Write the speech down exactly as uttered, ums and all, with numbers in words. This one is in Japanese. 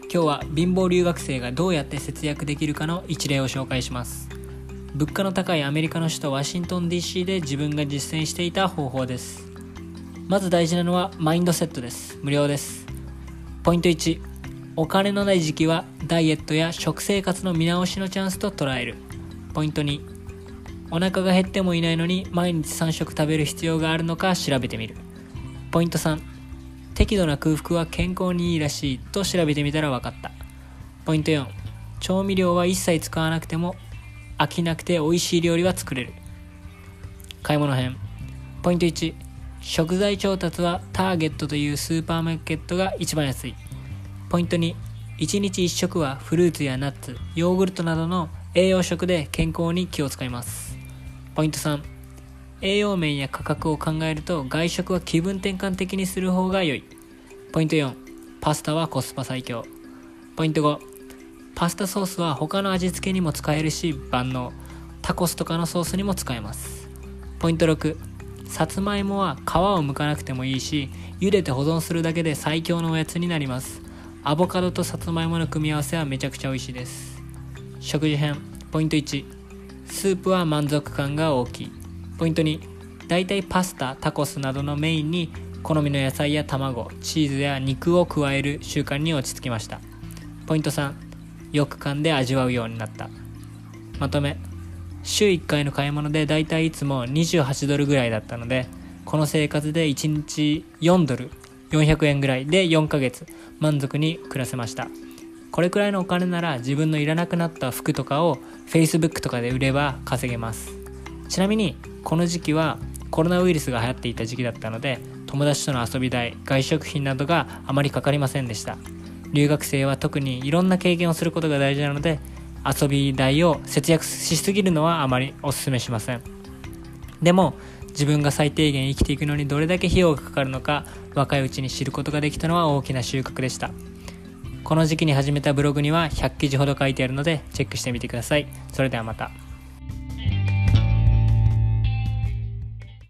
今日は貧乏留学生がどうやって節約できるかの一例を紹介します。物価の高いアメリカの首都ワシントン ディーシー で自分が実践していた方法です。まず大事なのはマインドセットです。無料です。ポイントいち、お金のない時期はダイエットや食生活の見直しのチャンスと捉える。ポイントに、お腹が減ってもいないのに毎日さん食食べる必要があるのか調べてみる。ポイントさん、適度な空腹は健康にいいらしいと調べてみたら分かった。ポイントよん、調味料は一切使わなくても飽きなくて美味しい料理は作れる。買い物編。ポイントいち、食材調達はターゲットというスーパーマーケットが一番安い。ポイントに、いちにちいっ食はフルーツやナッツ、ヨーグルトなどの栄養食で健康に気を使います。ポイントさん、栄養面や価格を考えると外食は気分転換的にする方が良い。ポイントよん、パスタはコスパ最強。ポイントご、パスタソースは他の味付けにも使えるし万能。タコスとかのソースにも使えます。ポイントろく、さつまいもは皮を剥かなくてもいいし、茹でて保存するだけで最強のおやつになります。アボカドとさつまいもの組み合わせはめちゃくちゃ美味しいです。食事編。ポイントいち、スープは満足感が大きい。ポイントに、だいたいパスタ、タコスなどのメインに好みの野菜や卵、チーズや肉を加える習慣に落ち着きました。ポイントさん、よく噛んで味わうようになった。まとめ。週いっかいの買い物でだいたいいつもにじゅうはちドルぐらいだったので、この生活でいちにちよんドル、よんひゃくえんぐらいでよんかげつ満足に暮らせました。これくらいのお金なら自分のいらなくなった服とかを Facebook とかで売れば稼げます。ちなみにこの時期はコロナウイルスが流行っていた時期だったので、友達との遊び代、外食費などがあまりかかりませんでした。留学生は特にいろんな経験をすることが大事なので、遊び代を節約しすぎるのはあまりお勧めしません。でも自分が最低限生きていくのにどれだけ費用がかかるのか若いうちに知ることができたのは大きな収穫でした。この時期に始めたブログにはひゃく記事ほど書いてあるのでチェックしてみてください。それではまた。